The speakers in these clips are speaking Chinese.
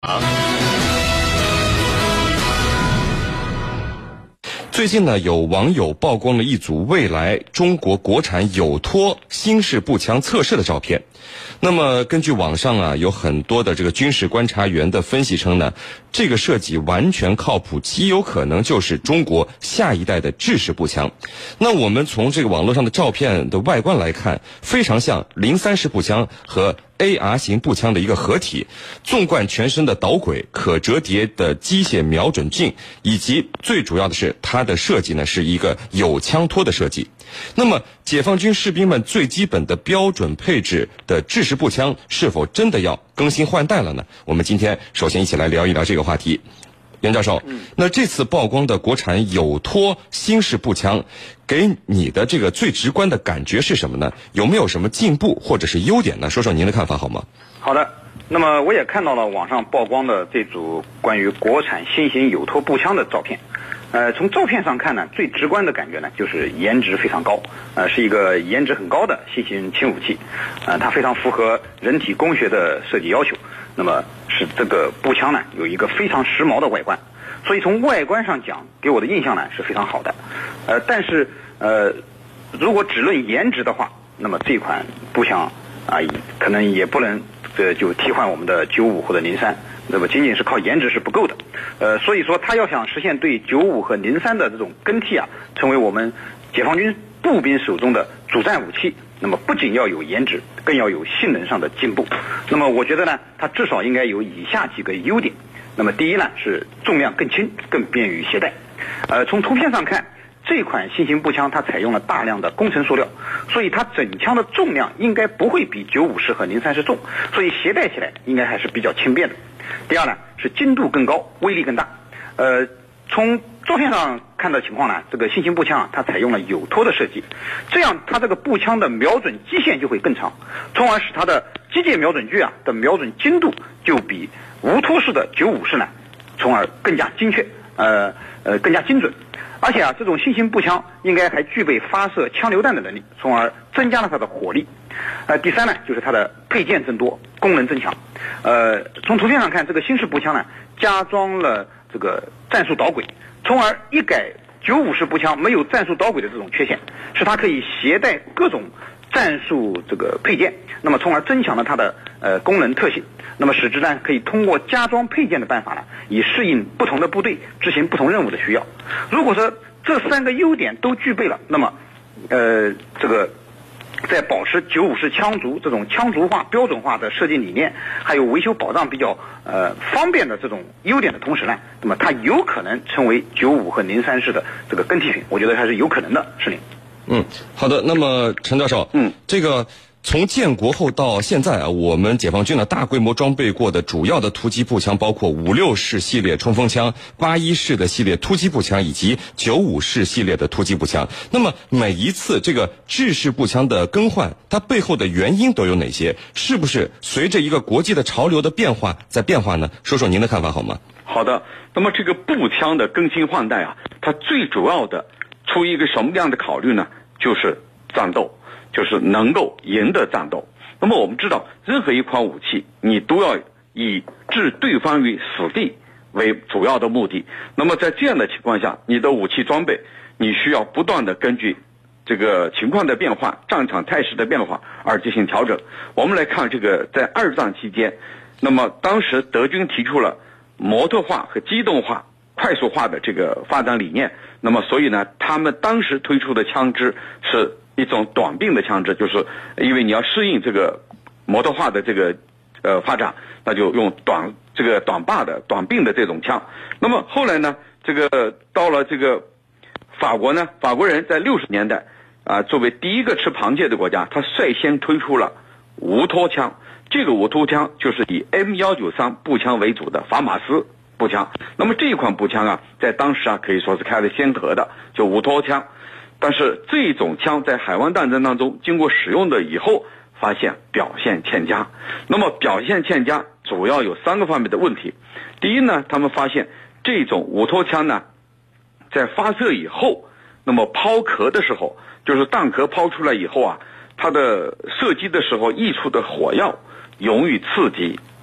最近呢，有网友曝光了一组未来中国国产有托新式步枪测试的照片。那么根据网上有很多的这个军事观察员的分析称呢，这个设计完全靠谱，极有可能就是中国下一代的制式步枪。那我们从这个网络上的照片的外观来看，非常像03式步枪和AR 型步枪的一个合体，纵贯全身的导轨、可折叠的机械瞄准镜，以及最主要的是它的设计呢是一个有枪托的设计。那么解放军士兵们最基本的标准配置的制式步枪是否真的要更新换代了呢？我们今天首先一起来聊一聊这个话题。袁教授，那这次曝光的国产有托新式步枪给你的这个最直观的感觉是什么呢？有没有什么进步或者是优点呢？说说您的看法好吗？ 好的，那么我也看到了网上曝光的这组关于国产新型有托步枪的照片。从照片上看呢，最直观的感觉呢就是颜值非常高，是一个颜值很高的新型轻武器，它非常符合人体工学的设计要求，那么使这个步枪呢有一个非常时髦的外观，所以从外观上讲给我的印象呢是非常好的。但是如果只论颜值的话，那么这款步枪可能也不能就替换我们的95或者03，那么仅仅是靠颜值是不够的。所以说它要想实现对95和03的这种更替成为我们解放军步兵手中的主战武器，那么不仅要有颜值，更要有性能上的进步。那么我觉得呢，它至少应该有以下几个优点。那么第一呢是重量更轻，更便于携带。从图片上看，这款新型步枪它采用了大量的工程塑料，所以它整枪的重量应该不会比95式和03式重，所以携带起来应该还是比较轻便的。第二呢是精度更高，威力更大。从照片上看的情况呢，这个新型步枪它采用了有托的设计，这样它这个步枪的瞄准基线就会更长，从而使它的机械瞄准具的瞄准精度就比无托式的95式呢，从而更加精确，更加精准。而且这种新型步枪应该还具备发射枪榴弹的能力，从而增加了它的火力。第三呢就是它的配件增多，功能增强。从图片上看，这个新式步枪呢加装了这个战术导轨，从而一改95式步枪没有战术导轨的这种缺陷，使它可以携带各种战术这个配件，那么从而增强了它的功能特性，那么使之呢可以通过加装配件的办法呢，以适应不同的部队执行不同任务的需要。如果说这3个优点都具备了，那么这个在保持95式枪族这种枪族化标准化的设计理念，还有维修保障比较方便的这种优点的同时呢，那么它有可能成为95和03式的这个更替品，我觉得还是有可能的。是您。 好的。那么陈教授，这个从建国后到现在我们解放军呢大规模装备过的主要的突击步枪包括56式系列冲锋枪、81式的系列突击步枪以及95式系列的突击步枪。那么每一次这个制式步枪的更换，它背后的原因都有哪些？是不是随着一个国际的潮流的变化在变化呢？说说您的看法好吗？ 好的。那么这个步枪的更新换代它最主要的出于一个什么样的考虑呢？就是战斗，就是能够赢得战斗。那么我们知道，任何一款武器你都要以置对方于死地为主要的目的。那么在这样的情况下，你的武器装备你需要不断的根据这个情况的变化、战场态势的变化而进行调整。我们来看这个在二战期间，那么当时德军提出了摩托化和机动化、快速化的这个发展理念，那么所以呢，他们当时推出的枪支是一种短柄的枪支，就是因为你要适应这个摩托化的这个发展，那就用短柄的这种枪。那么后来呢，这个到了这个法国呢，法国人在60年代作为第一个吃螃蟹的国家，他率先推出了无托枪。这个无托枪就是以 M193 步枪为主的法马斯步枪。那么这一款步枪在当时可以说是开了先河的，就无托枪。但是这种枪在海湾战争当中经过使用的以后，发现表现欠佳。那么表现欠佳主要有3个方面的问题。第一呢，他们发现这种无托枪呢，在发射以后，那么抛壳的时候，就是弹壳抛出来以后它的射击的时候溢出的火药容易刺激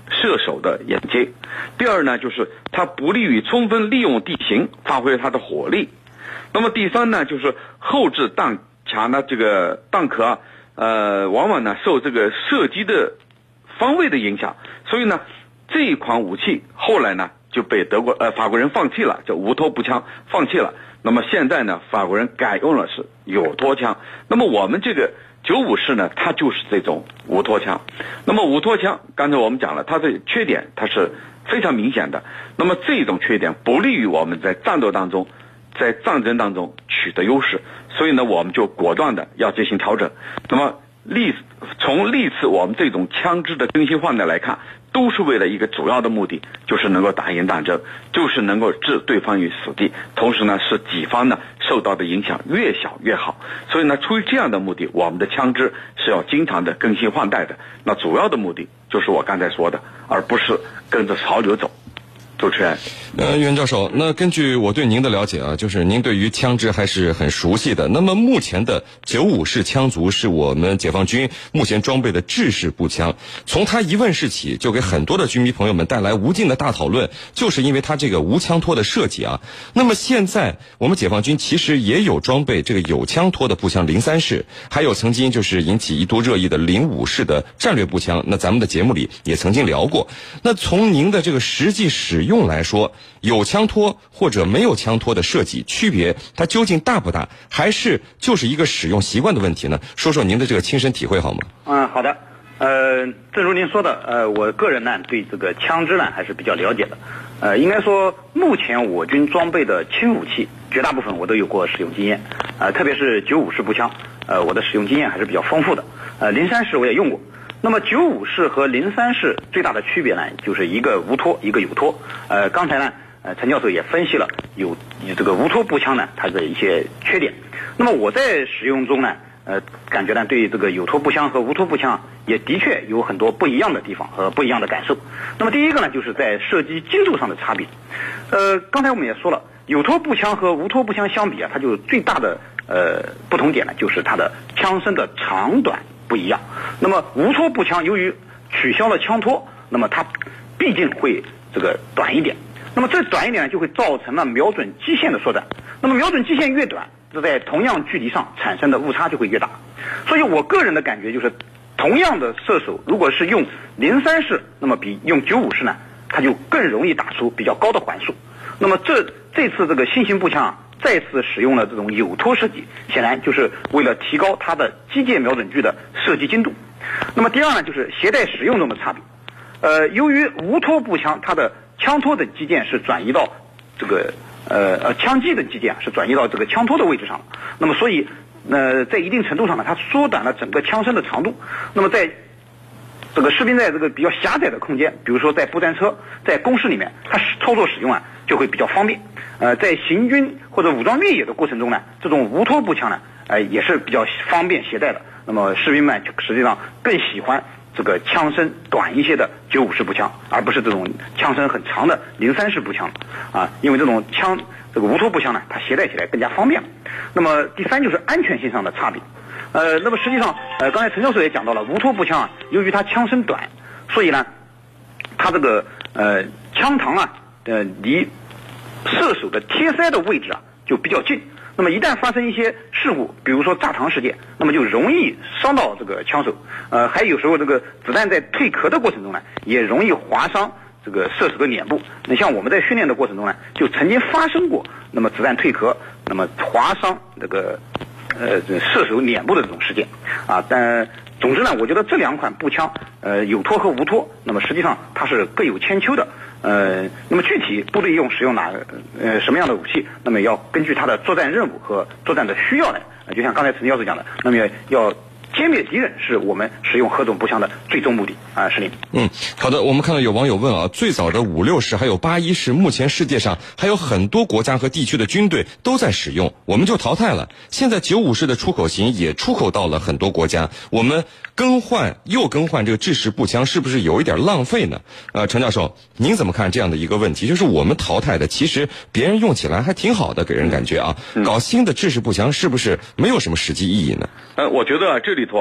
射手的眼睛。第二呢，就是它不利于充分利用地形发挥它的火力。那么第三呢，就是后置弹匣呢，这个弹壳往往呢受这个射击的方位的影响，所以呢这一款武器后来呢就被法国人放弃了，叫无托步枪放弃了。那么现在呢，法国人改用了是有托枪。那么我们这个954式呢，它就是这种无托枪。那么无托枪，刚才我们讲了，它的缺点它是非常明显的。那么这种缺点不利于我们在战斗当中，在战争当中取得优势，所以呢，我们就果断的要进行调整。那么从历次我们这种枪支的更新换代来看，都是为了一个主要的目的，就是能够打赢战争，就是能够置对方于死地，同时呢，使己方呢受到的影响越小越好。所以呢，出于这样的目的，我们的枪支是要经常的更新换代的。那主要的目的就是我刚才说的，而不是跟着潮流走。主持人， 袁教授，那根据我对您的了解啊，就是您对于枪支还是很熟悉的。那么目前的95式枪族是我们解放军目前装备的制式步枪，从它一问世起，就给很多的军迷朋友们带来无尽的大讨论，就是因为它这个无枪托的设计啊。那么现在我们解放军其实也有装备这个有枪托的步枪03式，还有曾经就是引起一度热议的05式的战略步枪，那咱们的节目里也曾经聊过。那从您的这个实际使用来说，有枪托或者没有枪托的设计区别，它究竟大不大，还是就是一个使用习惯的问题呢？说说您的这个亲身体会好吗？ 好的。正如您说的，我个人呢对这个枪支呢还是比较了解的。应该说，目前我军装备的轻武器，绝大部分我都有过使用经验。特别是95式步枪，我的使用经验还是比较丰富的。03式我也用过。那么95式和03式最大的区别呢，就是一个无托，一个有托。刚才呢，陈教授也分析了有这个无托步枪呢，它的一些缺点。那么我在使用中呢，感觉呢对这个有托步枪和无托步枪也的确有很多不一样的地方和不一样的感受。那么第一个呢，就是在射击精度上的差别。刚才我们也说了，有托步枪和无托步枪相比啊，它就最大的不同点呢，就是它的枪身的长短不一样。那么无托步枪由于取消了枪托，那么它毕竟会这个短一点。那么这短一点呢，就会造成了瞄准基线的缩短。那么瞄准基线越短，这在同样距离上产生的误差就会越大。所以我个人的感觉就是，同样的射手，如果是用03式，那么比用95式呢，它就更容易打出比较高的环数。那么这次这个新型步枪啊，再次使用了这种有托设计，显然就是为了提高它的机械瞄准距的射击精度。那么第二呢，就是携带使用中的差别。由于无托步枪它的枪托的基件是转移到这个枪机的基件是转移到这个枪托的位置上了。那么所以在一定程度上呢，它缩短了整个枪身的长度。那么在这个士兵在这个比较狭窄的空间，比如说在步战车、在工事里面，它操作使用啊就会比较方便。在行军或者武装越野的过程中呢，这种无托步枪呢，也是比较方便携带的。那么士兵们实际上更喜欢这个枪身短一些的95式步枪，而不是这种枪身很长的03式步枪啊，因为这种这个无托步枪呢，它携带起来更加方便了。那么第三就是安全性上的差别。那么实际上，刚才陈教授也讲到了，无托步枪啊，由于它枪身短，所以呢，它这个枪膛啊，离射手的贴腮的位置啊就比较近。那么一旦发生一些事故，比如说炸膛事件，那么就容易伤到这个枪手。还有时候这个子弹在退壳的过程中呢，也容易划伤这个射手的脸部。那像我们在训练的过程中呢，就曾经发生过，那么子弹退壳，那么划伤这个射手脸部的这种事件啊。但总之呢，我觉得这两款步枪，有托和无托，那么实际上它是各有千秋的。那么具体部队使用什么样的武器，那么要根据它的作战任务和作战的需要来。就像刚才陈教授讲的，那么要歼灭敌人是我们使用何种步枪的最终目的啊，是您。 好的，我们看到有网友问啊，最早的56式还有81式，目前世界上还有很多国家和地区的军队都在使用，我们就淘汰了。现在95式的出口型也出口到了很多国家，我们更换这个制式步枪，是不是有一点浪费呢？陈教授，您怎么看这样的一个问题？就是我们淘汰的，其实别人用起来还挺好的，给人感觉啊，搞新的制式步枪是不是没有什么实际意义呢？ 我觉得这里头啊，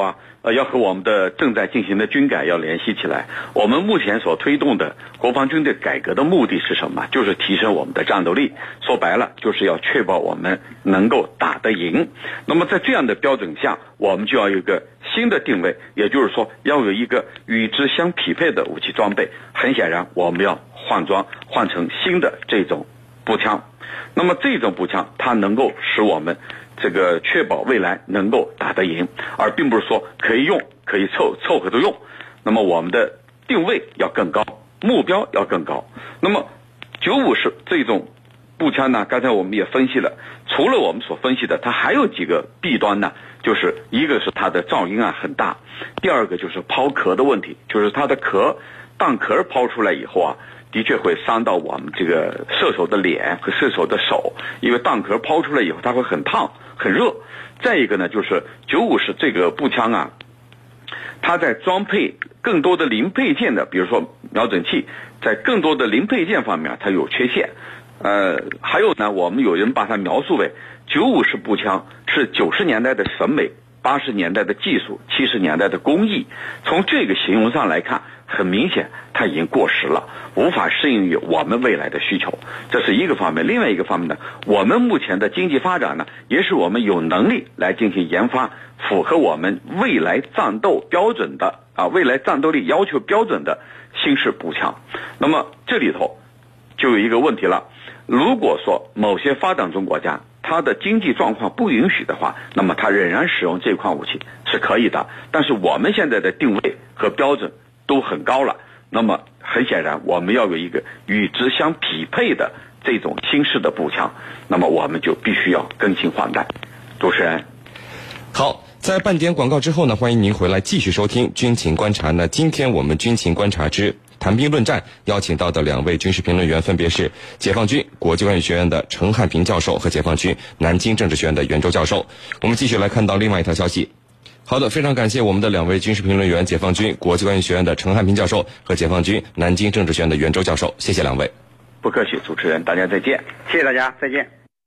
要和我们的正在进行的军改要联系起来。我们目前所推动的国防军队改革的目的是什么？就是提升我们的战斗力。说白了，就是要确保我们能够打得赢。那么在这样的标准下，我们就要有一个新的定位，也就是说要有一个与之相匹配的武器装备。很显然，我们要换装，换成新的这种步枪。那么这种步枪，它能够使我们这个确保未来能够打得赢，而并不是说可以用，可以凑合着用。那么我们的定位要更高，目标要更高。那么950式这种步枪呢，刚才我们也分析了，除了我们所分析的，它还有几个弊端呢，就是一个是它的噪音很大，第二个就是抛壳的问题，就是它的弹壳抛出来以后的确会伤到我们这个射手的脸和射手的手，因为弹壳抛出来以后它会很烫很热。再一个呢，就是950式这个步枪它在装配更多的零配件的，比如说瞄准器，在更多的零配件方面它有缺陷。还有呢，我们有人把它描述为950式步枪是90年代的审美，80年代的技术，70年代的工艺。从这个形容上来看，很明显它已经过时了，无法适应于我们未来的需求，这是一个方面。另外一个方面呢，我们目前的经济发展呢，也使我们有能力来进行研发符合我们未来战斗标准的未来战斗力要求标准的新式步枪。那么这里头就有一个问题了，如果说某些发展中国家它的经济状况不允许的话，那么它仍然使用这款武器是可以的。但是我们现在的定位和标准都很高了，那么很显然我们要有一个与之相匹配的这种新式的步枪，那么我们就必须要更新换代。主持人， 好，在半点广告之后呢，欢迎您回来继续收听军情观察。那今天我们军情观察之谈兵论战邀请到的2位军事评论员分别是解放军国际关系学院的陈汉平教授和解放军南京政治学院的袁周教授。我们继续来看到另外一条消息。好的，非常感谢我们的2位军事评论员，解放军国际关系学院的陈汉平教授和解放军南京政治学院的袁周教授。谢谢2位。 不客气，主持人，大家再见。 谢谢大家，再见。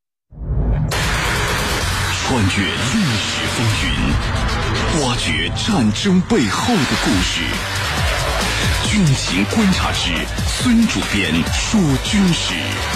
穿越历史风云，挖掘战争背后的故事。军情观察之孙主编说军事。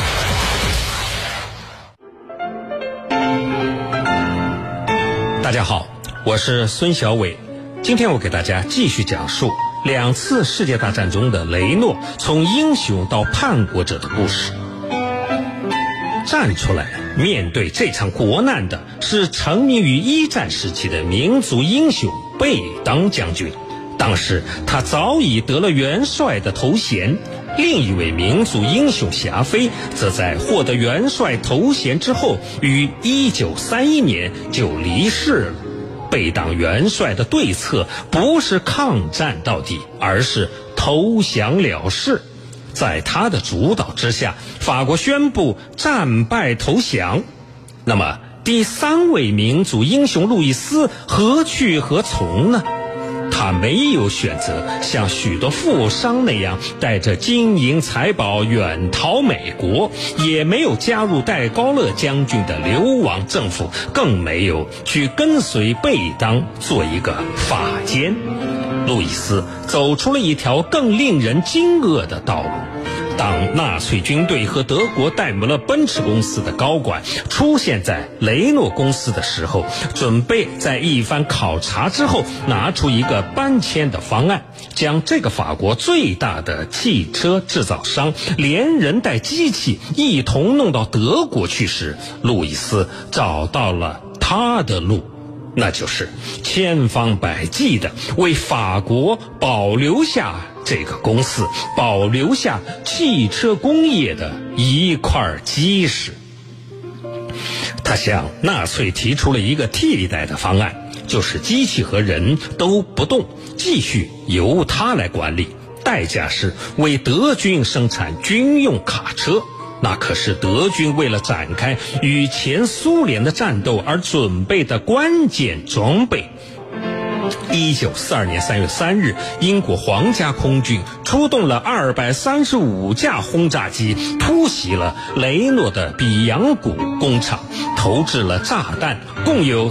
大家好，我是孙小伟。今天我给大家继续讲述2次世界大战中的雷诺从英雄到叛国者的故事。站出来面对这场国难的是沉迷于一战时期的民族英雄贝当将军。当时他早已得了元帅的头衔，另一位民族英雄霞飞则在获得元帅头衔之后于1931年就离世了。贝当元帅的对策不是抗战到底，而是投降了事。在他的主导之下，法国宣布战败投降。那么第3位民族英雄路易斯何去何从呢？他没有选择像许多富商那样带着金银财宝远逃美国，也没有加入戴高乐将军的流亡政府，更没有去跟随贝当做一个法监。路易斯走出了一条更令人惊愕的道路。当纳粹军队和德国戴姆勒奔驰公司的高管出现在雷诺公司的时候，准备在一番考察之后拿出一个搬迁的方案，将这个法国最大的汽车制造商连人带机器一同弄到德国去时，路易斯找到了他的路，那就是千方百计的为法国保留下这个公司，保留下汽车工业的一块基石。他向纳粹提出了一个替代的方案，就是机器和人都不动，继续由他来管理，代价是为德军生产军用卡车。那可是德军为了展开与前苏联的战斗而准备的关键装备。 1942年3月3日，英国皇家空军出动了235架轰炸机，突袭了雷诺的比扬谷工厂，投掷了炸弹，共有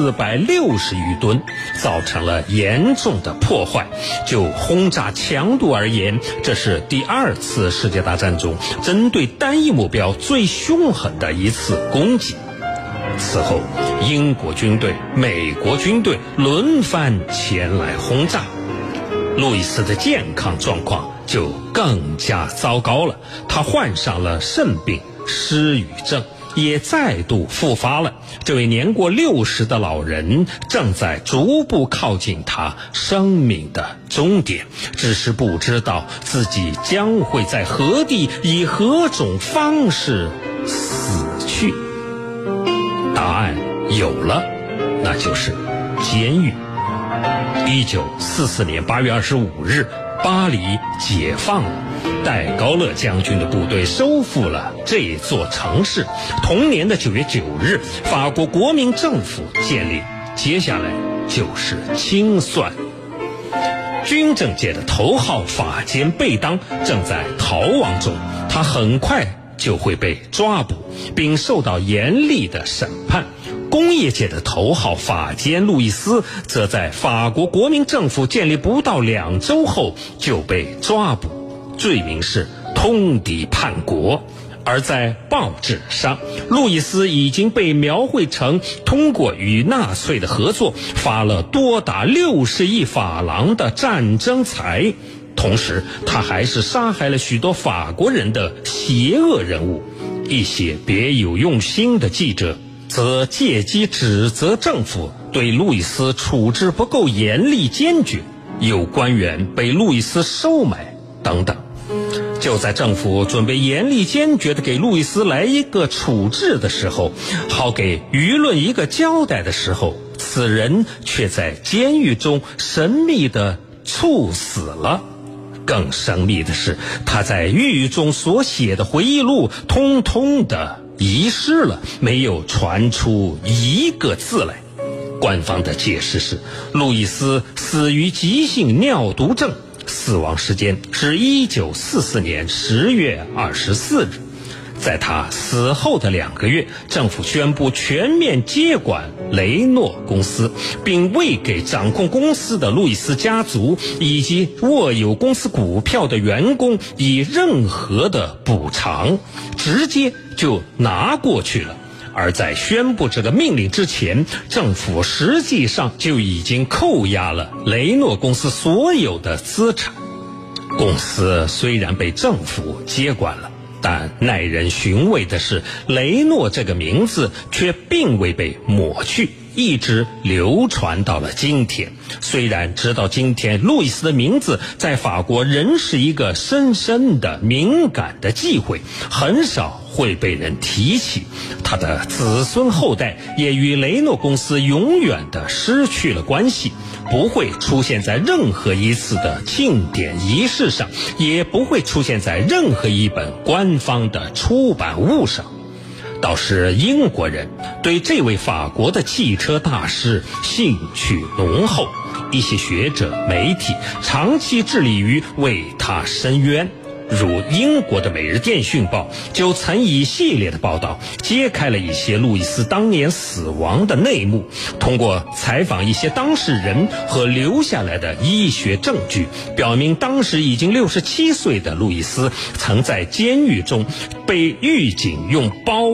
460余吨，造成了严重的破坏。就轰炸强度而言，这是第2次世界大战中针对单一目标最凶狠的一次攻击。此后，英国军队、美国军队轮番前来轰炸，路易斯的健康状况就更加糟糕了。他患上了肾病、失语症，也再度复发了。这位年过60的老人正在逐步靠近他生命的终点，只是不知道自己将会在何地以何种方式死去。答案有了，那就是监狱。1944年8月25日，巴黎解放了，戴高乐将军的部队收复了这座城市。同年的9月9日，法国国民政府建立，接下来就是清算。军政界的头号法监贝当正在逃亡中，他很快就会被抓捕，并受到严厉的审判。工业界的头号法监路易斯则在法国国民政府建立不到2周后就被抓捕，罪名是通敌叛国。而在报纸上，路易斯已经被描绘成通过与纳粹的合作发了多达60亿法郎的战争财，同时他还是杀害了许多法国人的邪恶人物。一些别有用心的记者则借机指责政府对路易斯处置不够严厉坚决，有官员被路易斯收买等等。就在政府准备严厉坚决地给路易斯来一个处置的时候，好给舆论一个交代的时候，此人却在监狱中神秘地猝死了。更神秘的是，他在狱中所写的回忆录通通的遗失了，没有传出一个字来。官方的解释是，路易斯死于急性尿毒症，死亡时间是1944年10月24日。在他死后的2个月，政府宣布全面接管雷诺公司，并未给掌控公司的路易斯家族以及握有公司股票的员工以任何的补偿，直接就拿过去了。而在宣布这个命令之前，政府实际上就已经扣押了雷诺公司所有的资产。公司虽然被政府接管了，但耐人寻味的是，雷诺这个名字却并未被抹去，一直流传到了今天。虽然直到今天，路易斯的名字在法国仍是一个深深的敏感的忌讳，很少会被人提起。他的子孙后代也与雷诺公司永远的失去了关系，不会出现在任何一次的庆典仪式上，也不会出现在任何一本官方的出版物上。倒是英国人对这位法国的汽车大师兴趣浓厚，一些学者、媒体长期致力于为他伸冤。如英国的《每日电讯报》就曾以系列的报道揭开了一些路易斯当年死亡的内幕，通过采访一些当事人和留下来的医学证据，表明当时已经67岁的路易斯曾在监狱中被狱警用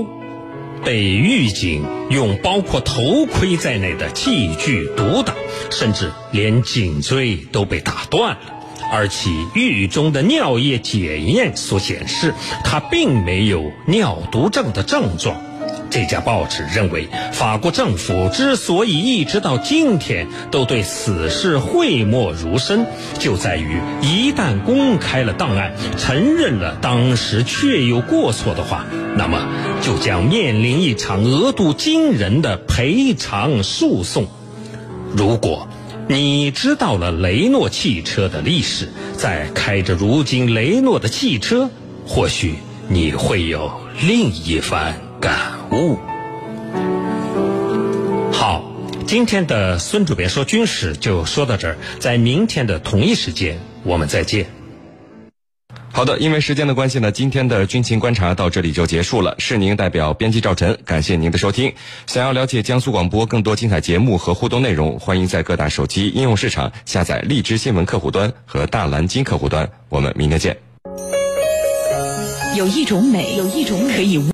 包括头盔在内的器具毒打，甚至连颈椎都被打断了。而其狱中的尿液检验所显示，他并没有尿毒症的症状。这家报纸认为，法国政府之所以一直到今天都对此事讳莫如深，就在于一旦公开了档案，承认了当时确有过错的话，那么就将面临一场额度惊人的赔偿诉讼。如果你知道了雷诺汽车的历史，在开着如今雷诺的汽车，或许你会有另一番感悟。好， 今天的孙主编说军事就说到这儿，在明天的同一时间我们再见。 好的，因为时间的关系呢，今天的军情观察到这里就结束了。是您代表编辑赵晨，感谢您的收听。想要了解江苏广播更多精彩节目和互动内容，欢迎在各大手机应用市场下载荔枝新闻客户端和大蓝鲸客户端。我们明天见。 有一种美可以